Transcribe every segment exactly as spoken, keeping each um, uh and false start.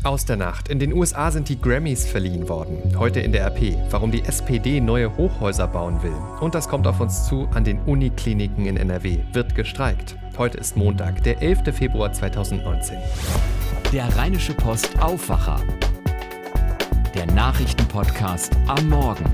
Aus der Nacht. In den U S A sind die Grammys verliehen worden. Heute in der R P. Warum die S P D neue Hochhäuser bauen will. Und das kommt auf uns zu. An den Unikliniken in N R W wird gestreikt. Heute ist Montag, der elfter Februar zweitausendneunzehn. Der Rheinische Post Aufwacher. Der Nachrichtenpodcast am Morgen.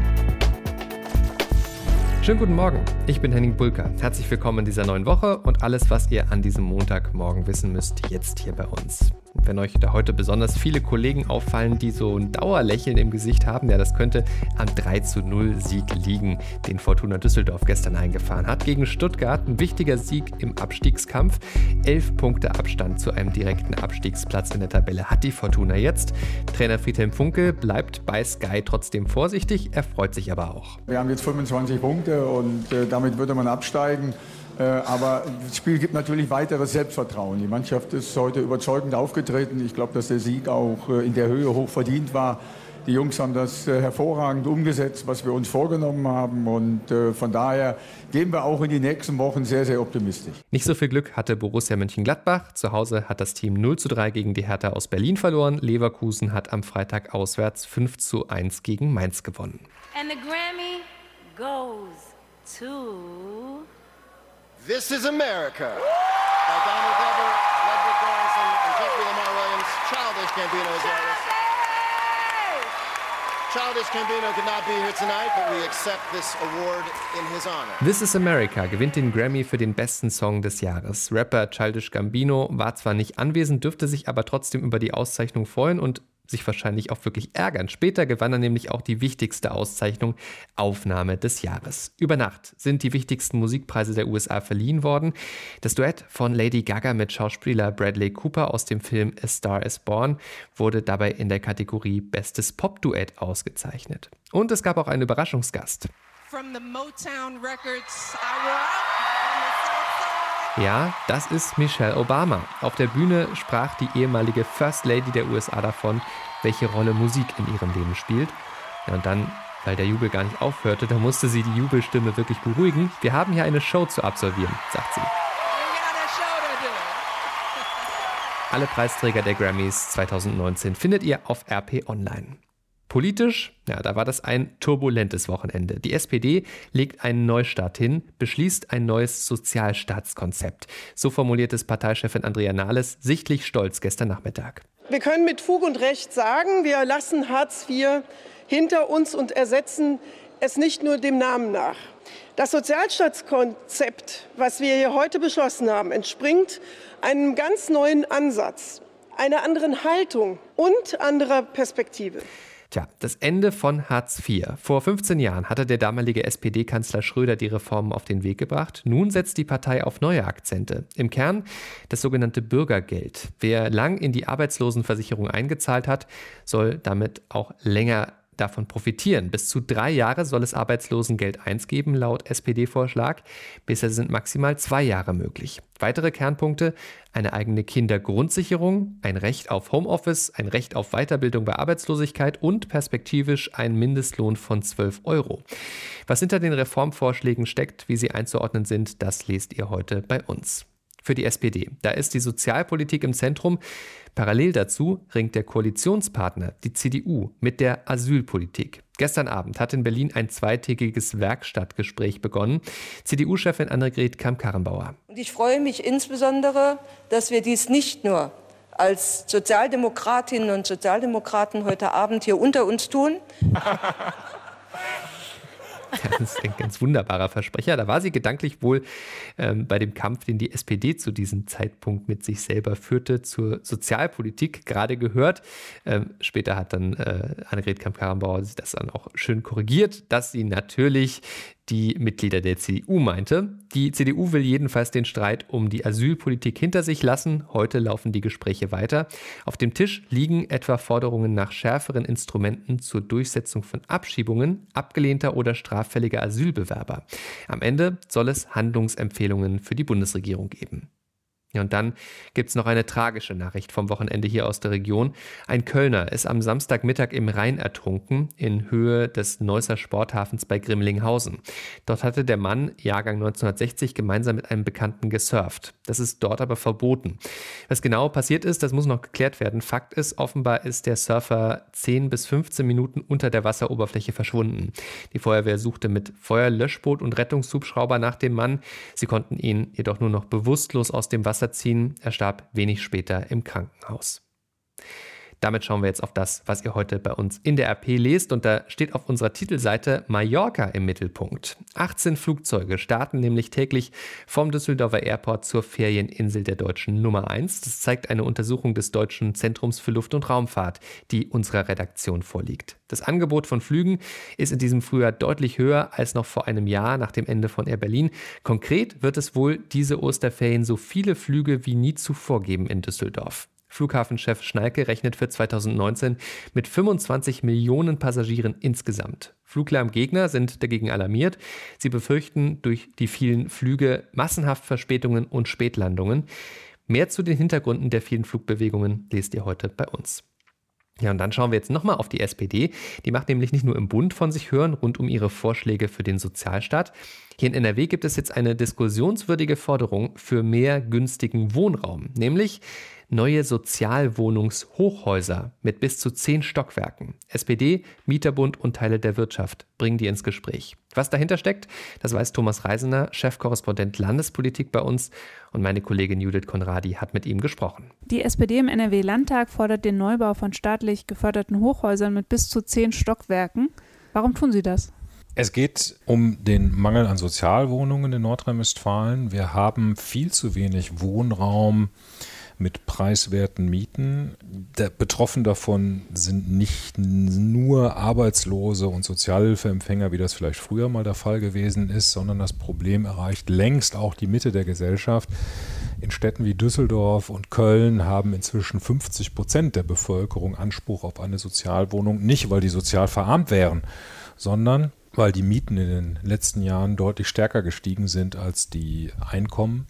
Schönen guten Morgen, ich bin Henning Bulka. Herzlich willkommen in dieser neuen Woche und alles, was ihr an diesem Montagmorgen wissen müsst, jetzt hier bei uns. Wenn euch da heute besonders viele Kollegen auffallen, die so ein Dauerlächeln im Gesicht haben, ja, das könnte am drei zu null Sieg liegen, den Fortuna Düsseldorf gestern eingefahren hat. Gegen Stuttgart ein wichtiger Sieg im Abstiegskampf. Elf Punkte Abstand zu einem direkten Abstiegsplatz in der Tabelle hat die Fortuna jetzt. Trainer Friedhelm Funkel bleibt bei Sky trotzdem vorsichtig, er freut sich aber auch. Wir haben jetzt fünfundzwanzig Punkte und äh, damit würde man absteigen. Aber das Spiel gibt natürlich weiteres Selbstvertrauen. Die Mannschaft ist heute überzeugend aufgetreten. Ich glaube, dass der Sieg auch in der Höhe hoch verdient war. Die Jungs haben das hervorragend umgesetzt, was wir uns vorgenommen haben. Und von daher gehen wir auch in die nächsten Wochen sehr, sehr optimistisch. Nicht so viel Glück hatte Borussia Mönchengladbach. Zu Hause hat das Team null zu drei gegen die Hertha aus Berlin verloren. Leverkusen hat am Freitag auswärts fünf zu eins gegen Mainz gewonnen. And the Grammy goes to... This is America. By Donald Glover, Ludwig Göransson, and Jeffrey Lamar Williams. Childish Gambino is artist. Childish Gambino could not be here tonight, but we accept this award in his honor. This is America gewinnt den Grammy für den besten Song des Jahres. Rapper Childish Gambino war zwar nicht anwesend, dürfte sich aber trotzdem über die Auszeichnung freuen und sich wahrscheinlich auch wirklich ärgern. Später gewann er nämlich auch die wichtigste Auszeichnung, Aufnahme des Jahres. Über Nacht sind die wichtigsten Musikpreise der U S A verliehen worden. Das Duett von Lady Gaga mit Schauspieler Bradley Cooper aus dem Film A Star is Born wurde dabei in der Kategorie Bestes Pop-Duett ausgezeichnet. Und es gab auch einen Überraschungsgast. From the Motown Records, I will... Ja, das ist Michelle Obama. Auf der Bühne sprach die ehemalige First Lady der U S A davon, welche Rolle Musik in ihrem Leben spielt. Ja, und dann, weil der Jubel gar nicht aufhörte, da musste sie die Jubelstimme wirklich beruhigen. Wir haben hier eine Show zu absolvieren, sagt sie. Alle Preisträger der Grammys zweitausendneunzehn findet ihr auf R P Online. Politisch, ja, da war das ein turbulentes Wochenende. Die S P D legt einen Neustart hin, beschließt ein neues Sozialstaatskonzept. So formuliert es Parteichefin Andrea Nahles sichtlich stolz gestern Nachmittag. Wir können mit Fug und Recht sagen, wir lassen Hartz vier hinter uns und ersetzen es nicht nur dem Namen nach. Das Sozialstaatskonzept, was wir hier heute beschlossen haben, entspringt einem ganz neuen Ansatz, einer anderen Haltung und anderer Perspektive. Tja, das Ende von Hartz vier. Vor fünfzehn Jahren hatte der damalige S P D-Kanzler Schröder die Reformen auf den Weg gebracht. Nun setzt die Partei auf neue Akzente. Im Kern das sogenannte Bürgergeld. Wer lang in die Arbeitslosenversicherung eingezahlt hat, soll damit auch länger davon profitieren. Bis zu drei Jahre soll es Arbeitslosengeld eins geben, laut S P D-Vorschlag. Bisher sind maximal zwei Jahre möglich. Weitere Kernpunkte: eine eigene Kindergrundsicherung, ein Recht auf Homeoffice, ein Recht auf Weiterbildung bei Arbeitslosigkeit und perspektivisch ein Mindestlohn von zwölf Euro. Was hinter den Reformvorschlägen steckt, wie sie einzuordnen sind, das lest ihr heute bei uns. Für die S P D. Da ist die Sozialpolitik im Zentrum. Parallel dazu ringt der Koalitionspartner, die C D U, mit der Asylpolitik. Gestern Abend hat in Berlin ein zweitägiges Werkstattgespräch begonnen. C D U-Chefin Annegret Kramp-Karrenbauer. Und ich freue mich insbesondere, dass wir dies nicht nur als Sozialdemokratinnen und Sozialdemokraten heute Abend hier unter uns tun. Das ist ein ganz wunderbarer Versprecher. Da war sie gedanklich wohl ähm, bei dem Kampf, den die S P D zu diesem Zeitpunkt mit sich selber führte, zur Sozialpolitik gerade gehört. Ähm, später hat dann äh, Annegret Kramp-Karrenbauer das dann auch schön korrigiert, dass sie natürlich die Mitglieder der C D U meinte. Die C D U will jedenfalls den Streit um die Asylpolitik hinter sich lassen. Heute laufen die Gespräche weiter. Auf dem Tisch liegen etwa Forderungen nach schärferen Instrumenten zur Durchsetzung von Abschiebungen abgelehnter oder straffälliger Asylbewerber. Am Ende soll es Handlungsempfehlungen für die Bundesregierung geben. Ja, und dann gibt es noch eine tragische Nachricht vom Wochenende hier aus der Region. Ein Kölner ist am Samstagmittag im Rhein ertrunken, in Höhe des Neusser Sporthafens bei Grimlinghausen. Dort hatte der Mann, Jahrgang neunzehnhundertsechzig, gemeinsam mit einem Bekannten gesurft. Das ist dort aber verboten. Was genau passiert ist, das muss noch geklärt werden. Fakt ist, offenbar ist der Surfer zehn bis fünfzehn Minuten unter der Wasseroberfläche verschwunden. Die Feuerwehr suchte mit Feuerlöschboot und Rettungshubschrauber nach dem Mann. Sie konnten ihn jedoch nur noch bewusstlos aus dem Wasser ziehen. Er starb wenig später im Krankenhaus. Damit schauen wir jetzt auf das, was ihr heute bei uns in der R P lest. Und da steht auf unserer Titelseite Mallorca im Mittelpunkt. achtzehn Flugzeuge starten nämlich täglich vom Düsseldorfer Airport zur Ferieninsel der Deutschen Nummer eins. Das zeigt eine Untersuchung des Deutschen Zentrums für Luft- und Raumfahrt, die unserer Redaktion vorliegt. Das Angebot von Flügen ist in diesem Frühjahr deutlich höher als noch vor einem Jahr nach dem Ende von Air Berlin. Konkret wird es wohl diese Osterferien so viele Flüge wie nie zuvor geben in Düsseldorf. Flughafenchef Schnalke rechnet für zweitausendneunzehn mit fünfundzwanzig Millionen Passagieren insgesamt. Fluglärmgegner sind dagegen alarmiert. Sie befürchten durch die vielen Flüge massenhaft Verspätungen und Spätlandungen. Mehr zu den Hintergründen der vielen Flugbewegungen lest ihr heute bei uns. Ja, und dann schauen wir jetzt nochmal auf die S P D. Die macht nämlich nicht nur im Bund von sich hören, rund um ihre Vorschläge für den Sozialstaat. Hier in N R W gibt es jetzt eine diskussionswürdige Forderung für mehr günstigen Wohnraum, nämlich neue Sozialwohnungshochhäuser mit bis zu zehn Stockwerken. S P D, Mieterbund und Teile der Wirtschaft bringen die ins Gespräch. Was dahinter steckt, das weiß Thomas Reisener, Chefkorrespondent Landespolitik bei uns, und meine Kollegin Judith Konradi hat mit ihm gesprochen. Die S P D im N R W-Landtag fordert den Neubau von staatlich geförderten Hochhäusern mit bis zu zehn Stockwerken. Warum tun sie das? Es geht um den Mangel an Sozialwohnungen in Nordrhein-Westfalen. Wir haben viel zu wenig Wohnraum mit preiswerten Mieten. Der betroffen davon sind nicht nur Arbeitslose und Sozialhilfeempfänger, wie das vielleicht früher mal der Fall gewesen ist, sondern das Problem erreicht längst auch die Mitte der Gesellschaft. In Städten wie Düsseldorf und Köln haben inzwischen fünfzig Prozent der Bevölkerung Anspruch auf eine Sozialwohnung. Nicht, weil die sozial verarmt wären, sondern weil die Mieten in den letzten Jahren deutlich stärker gestiegen sind als die Einkommen.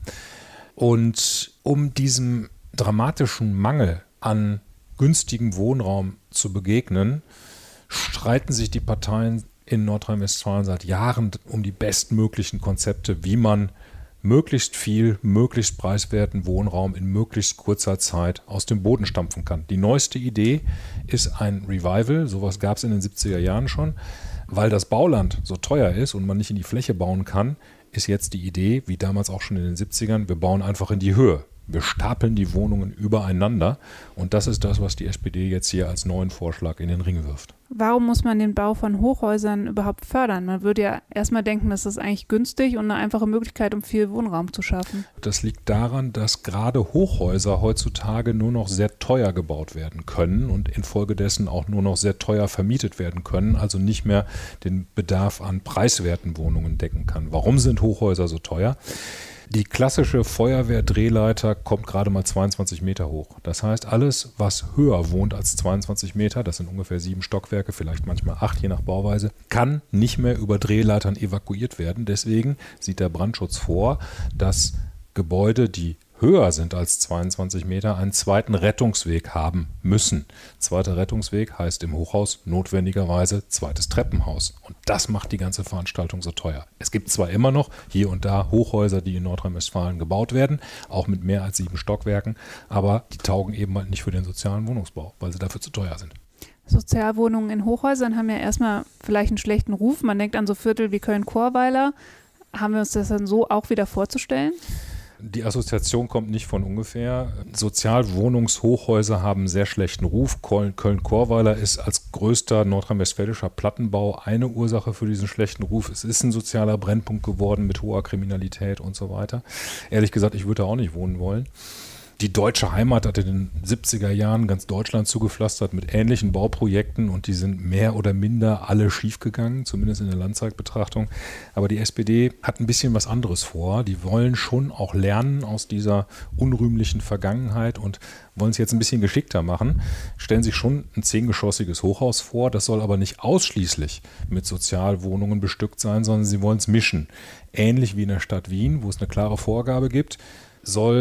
Und um diesem dramatischen Mangel an günstigem Wohnraum zu begegnen, streiten sich die Parteien in Nordrhein-Westfalen seit Jahren um die bestmöglichen Konzepte, wie man möglichst viel, möglichst preiswerten Wohnraum in möglichst kurzer Zeit aus dem Boden stampfen kann. Die neueste Idee ist ein Revival, sowas gab es in den siebziger Jahren schon. Weil das Bauland so teuer ist und man nicht in die Fläche bauen kann, ist jetzt die Idee, wie damals auch schon in den siebzigern, wir bauen einfach in die Höhe. Wir stapeln die Wohnungen übereinander und das ist das, was die S P D jetzt hier als neuen Vorschlag in den Ring wirft. Warum muss man den Bau von Hochhäusern überhaupt fördern? Man würde ja erstmal denken, das ist eigentlich günstig und eine einfache Möglichkeit, um viel Wohnraum zu schaffen. Das liegt daran, dass gerade Hochhäuser heutzutage nur noch sehr teuer gebaut werden können und infolgedessen auch nur noch sehr teuer vermietet werden können, also nicht mehr den Bedarf an preiswerten Wohnungen decken kann. Warum sind Hochhäuser so teuer? Die klassische Feuerwehrdrehleiter kommt gerade mal zweiundzwanzig Meter hoch. Das heißt, alles, was höher wohnt als zweiundzwanzig Meter, das sind ungefähr sieben Stockwerke, vielleicht manchmal acht, je nach Bauweise, kann nicht mehr über Drehleitern evakuiert werden. Deswegen sieht der Brandschutz vor, dass Gebäude, die höher sind als zweiundzwanzig Meter, einen zweiten Rettungsweg haben müssen. Zweiter Rettungsweg heißt im Hochhaus notwendigerweise zweites Treppenhaus. Und das macht die ganze Veranstaltung so teuer. Es gibt zwar immer noch hier und da Hochhäuser, die in Nordrhein-Westfalen gebaut werden, auch mit mehr als sieben Stockwerken, aber die taugen eben halt nicht für den sozialen Wohnungsbau, weil sie dafür zu teuer sind. Sozialwohnungen in Hochhäusern haben ja erstmal vielleicht einen schlechten Ruf. Man denkt an so Viertel wie Köln-Chorweiler. Haben wir uns das dann so auch wieder vorzustellen? Die Assoziation kommt nicht von ungefähr. Sozialwohnungshochhäuser haben einen sehr schlechten Ruf. Köln-Chorweiler ist als größter nordrhein-westfälischer Plattenbau eine Ursache für diesen schlechten Ruf. Es ist ein sozialer Brennpunkt geworden mit hoher Kriminalität und so weiter. Ehrlich gesagt, ich würde da auch nicht wohnen wollen. Die deutsche Heimat hat in den siebziger Jahren ganz Deutschland zugepflastert mit ähnlichen Bauprojekten und die sind mehr oder minder alle schiefgegangen, zumindest in der Langzeitbetrachtung. Aber die S P D hat ein bisschen was anderes vor. Die wollen schon auch lernen aus dieser unrühmlichen Vergangenheit und wollen es jetzt ein bisschen geschickter machen. Stellen sich schon ein zehngeschossiges Hochhaus vor. Das soll aber nicht ausschließlich mit Sozialwohnungen bestückt sein, sondern sie wollen es mischen. Ähnlich wie in der Stadt Wien, wo es eine klare Vorgabe gibt, soll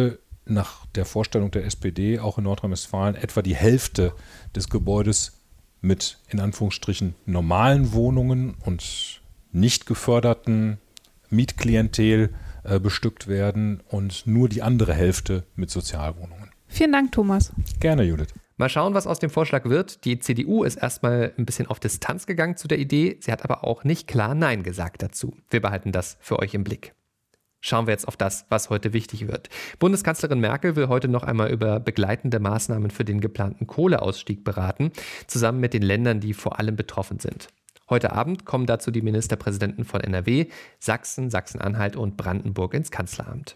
nach der Vorstellung der S P D auch in Nordrhein-Westfalen etwa die Hälfte des Gebäudes mit in Anführungsstrichen normalen Wohnungen und nicht geförderten Mietklientel äh, bestückt werden und nur die andere Hälfte mit Sozialwohnungen. Vielen Dank, Thomas. Gerne, Judith. Mal schauen, was aus dem Vorschlag wird. Die C D U ist erstmal ein bisschen auf Distanz gegangen zu der Idee. Sie hat aber auch nicht klar Nein gesagt dazu. Wir behalten das für euch im Blick. Schauen wir jetzt auf das, was heute wichtig wird. Bundeskanzlerin Merkel will heute noch einmal über begleitende Maßnahmen für den geplanten Kohleausstieg beraten, zusammen mit den Ländern, die vor allem betroffen sind. Heute Abend kommen dazu die Ministerpräsidenten von N R W, Sachsen, Sachsen-Anhalt und Brandenburg ins Kanzleramt.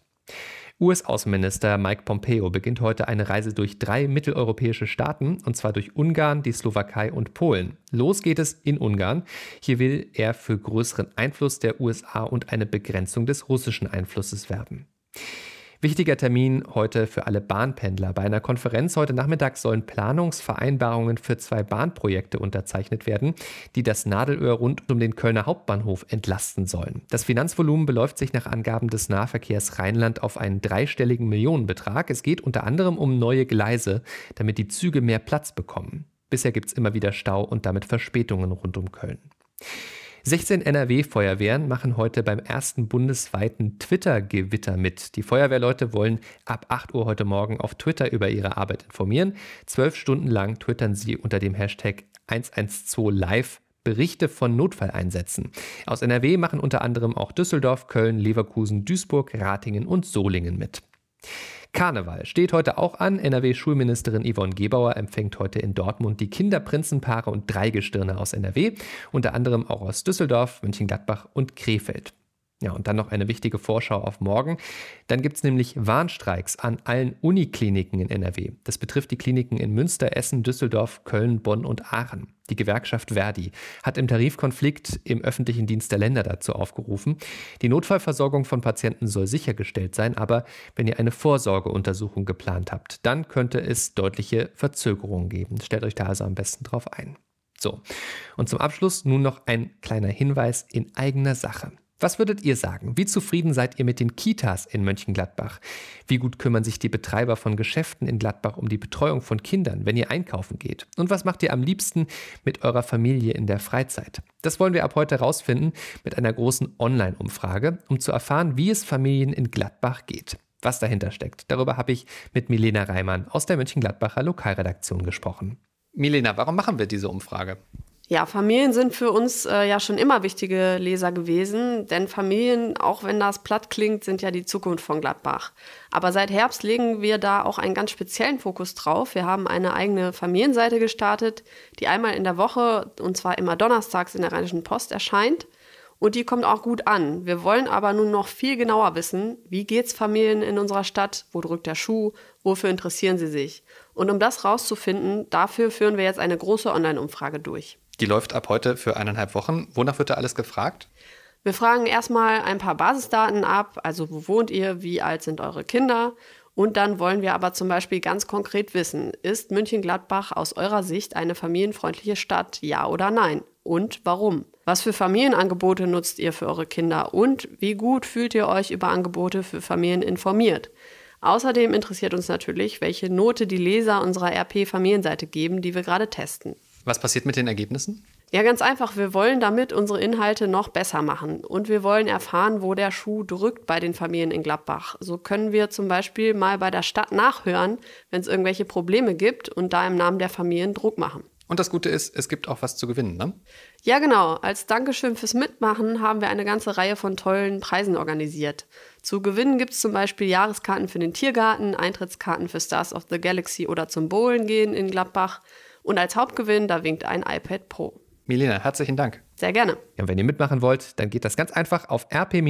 U S-Außenminister Mike Pompeo beginnt heute eine Reise durch drei mitteleuropäische Staaten, und zwar durch Ungarn, die Slowakei und Polen. Los geht es in Ungarn. Hier will er für größeren Einfluss der U S A und eine Begrenzung des russischen Einflusses werben. Wichtiger Termin heute für alle Bahnpendler. Bei einer Konferenz heute Nachmittag sollen Planungsvereinbarungen für zwei Bahnprojekte unterzeichnet werden, die das Nadelöhr rund um den Kölner Hauptbahnhof entlasten sollen. Das Finanzvolumen beläuft sich nach Angaben des Nahverkehrs Rheinland auf einen dreistelligen Millionenbetrag. Es geht unter anderem um neue Gleise, damit die Züge mehr Platz bekommen. Bisher gibt es immer wieder Stau und damit Verspätungen rund um Köln. sechzehn N R W-Feuerwehren machen heute beim ersten bundesweiten Twitter-Gewitter mit. Die Feuerwehrleute wollen ab acht Uhr heute Morgen auf Twitter über ihre Arbeit informieren. Zwölf Stunden lang twittern sie unter dem Hashtag eins eins zwei live Berichte von Notfalleinsätzen. Aus N R W machen unter anderem auch Düsseldorf, Köln, Leverkusen, Duisburg, Ratingen und Solingen mit. Karneval steht heute auch an. N R W-Schulministerin Yvonne Gebauer empfängt heute in Dortmund die Kinderprinzenpaare und Dreigestirne aus N R W, unter anderem auch aus Düsseldorf, Mönchengladbach und Krefeld. Ja, und dann noch eine wichtige Vorschau auf morgen. Dann gibt es nämlich Warnstreiks an allen Unikliniken in N R W. Das betrifft die Kliniken in Münster, Essen, Düsseldorf, Köln, Bonn und Aachen. Die Gewerkschaft Verdi hat im Tarifkonflikt im öffentlichen Dienst der Länder dazu aufgerufen. Die Notfallversorgung von Patienten soll sichergestellt sein, aber wenn ihr eine Vorsorgeuntersuchung geplant habt, dann könnte es deutliche Verzögerungen geben. Stellt euch da also am besten drauf ein. So, und zum Abschluss nun noch ein kleiner Hinweis in eigener Sache. Was würdet ihr sagen? Wie zufrieden seid ihr mit den Kitas in Mönchengladbach? Wie gut kümmern sich die Betreiber von Geschäften in Gladbach um die Betreuung von Kindern, wenn ihr einkaufen geht? Und was macht ihr am liebsten mit eurer Familie in der Freizeit? Das wollen wir ab heute rausfinden mit einer großen Online-Umfrage, um zu erfahren, wie es Familien in Gladbach geht. Was dahinter steckt, darüber habe ich mit Milena Reimann aus der Mönchengladbacher Lokalredaktion gesprochen. Milena, warum machen wir diese Umfrage? Ja, Familien sind für uns äh, ja schon immer wichtige Leser gewesen, denn Familien, auch wenn das platt klingt, sind ja die Zukunft von Gladbach. Aber seit Herbst legen wir da auch einen ganz speziellen Fokus drauf. Wir haben eine eigene Familienseite gestartet, die einmal in der Woche, und zwar immer donnerstags in der Rheinischen Post erscheint. Und die kommt auch gut an. Wir wollen aber nun noch viel genauer wissen, wie geht's Familien in unserer Stadt, wo drückt der Schuh, wofür interessieren sie sich. Und um das rauszufinden, dafür führen wir jetzt eine große Online-Umfrage durch. Die läuft ab heute für eineinhalb Wochen. Wonach wird da alles gefragt? Wir fragen erstmal ein paar Basisdaten ab, also wo wohnt ihr, wie alt sind eure Kinder? Und dann wollen wir aber zum Beispiel ganz konkret wissen, ist Mönchengladbach aus eurer Sicht eine familienfreundliche Stadt, ja oder nein? Und warum? Was für Familienangebote nutzt ihr für eure Kinder? Und wie gut fühlt ihr euch über Angebote für Familien informiert? Außerdem interessiert uns natürlich, welche Note die Leser unserer R P-Familienseite geben, die wir gerade testen. Was passiert mit den Ergebnissen? Ja, ganz einfach. Wir wollen damit unsere Inhalte noch besser machen. Und wir wollen erfahren, wo der Schuh drückt bei den Familien in Gladbach. So können wir zum Beispiel mal bei der Stadt nachhören, wenn es irgendwelche Probleme gibt und da im Namen der Familien Druck machen. Und das Gute ist, es gibt auch was zu gewinnen, ne? Ja, genau. Als Dankeschön fürs Mitmachen haben wir eine ganze Reihe von tollen Preisen organisiert. Zu gewinnen gibt es zum Beispiel Jahreskarten für den Tiergarten, Eintrittskarten für Stars of the Galaxy oder zum Bowlen gehen in Gladbach. Und als Hauptgewinn, da winkt ein iPad Pro. Milena, herzlichen Dank. Sehr gerne. Ja, wenn ihr mitmachen wollt, dann geht das ganz einfach auf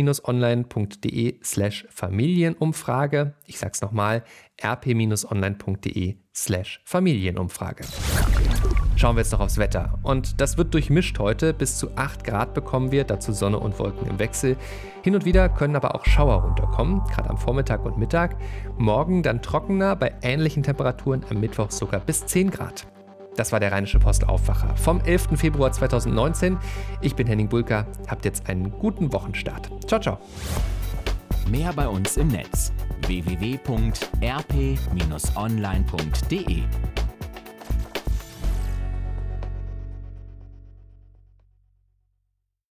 rp-online.de slash Familienumfrage. Ich sag's nochmal, rp-online.de slash Familienumfrage. Schauen wir jetzt noch aufs Wetter. Und das wird durchmischt heute. Bis zu acht Grad bekommen wir, dazu Sonne und Wolken im Wechsel. Hin und wieder können aber auch Schauer runterkommen, gerade am Vormittag und Mittag. Morgen dann trockener, bei ähnlichen Temperaturen, am Mittwoch sogar bis zehn Grad. Das war der Rheinische Post Aufwacher vom elften Februar zweitausendneunzehn. Ich bin Henning Bulka. Habt jetzt einen guten Wochenstart. Ciao, ciao. Mehr bei uns im Netz w w w punkt r p Bindestrich online punkt d e.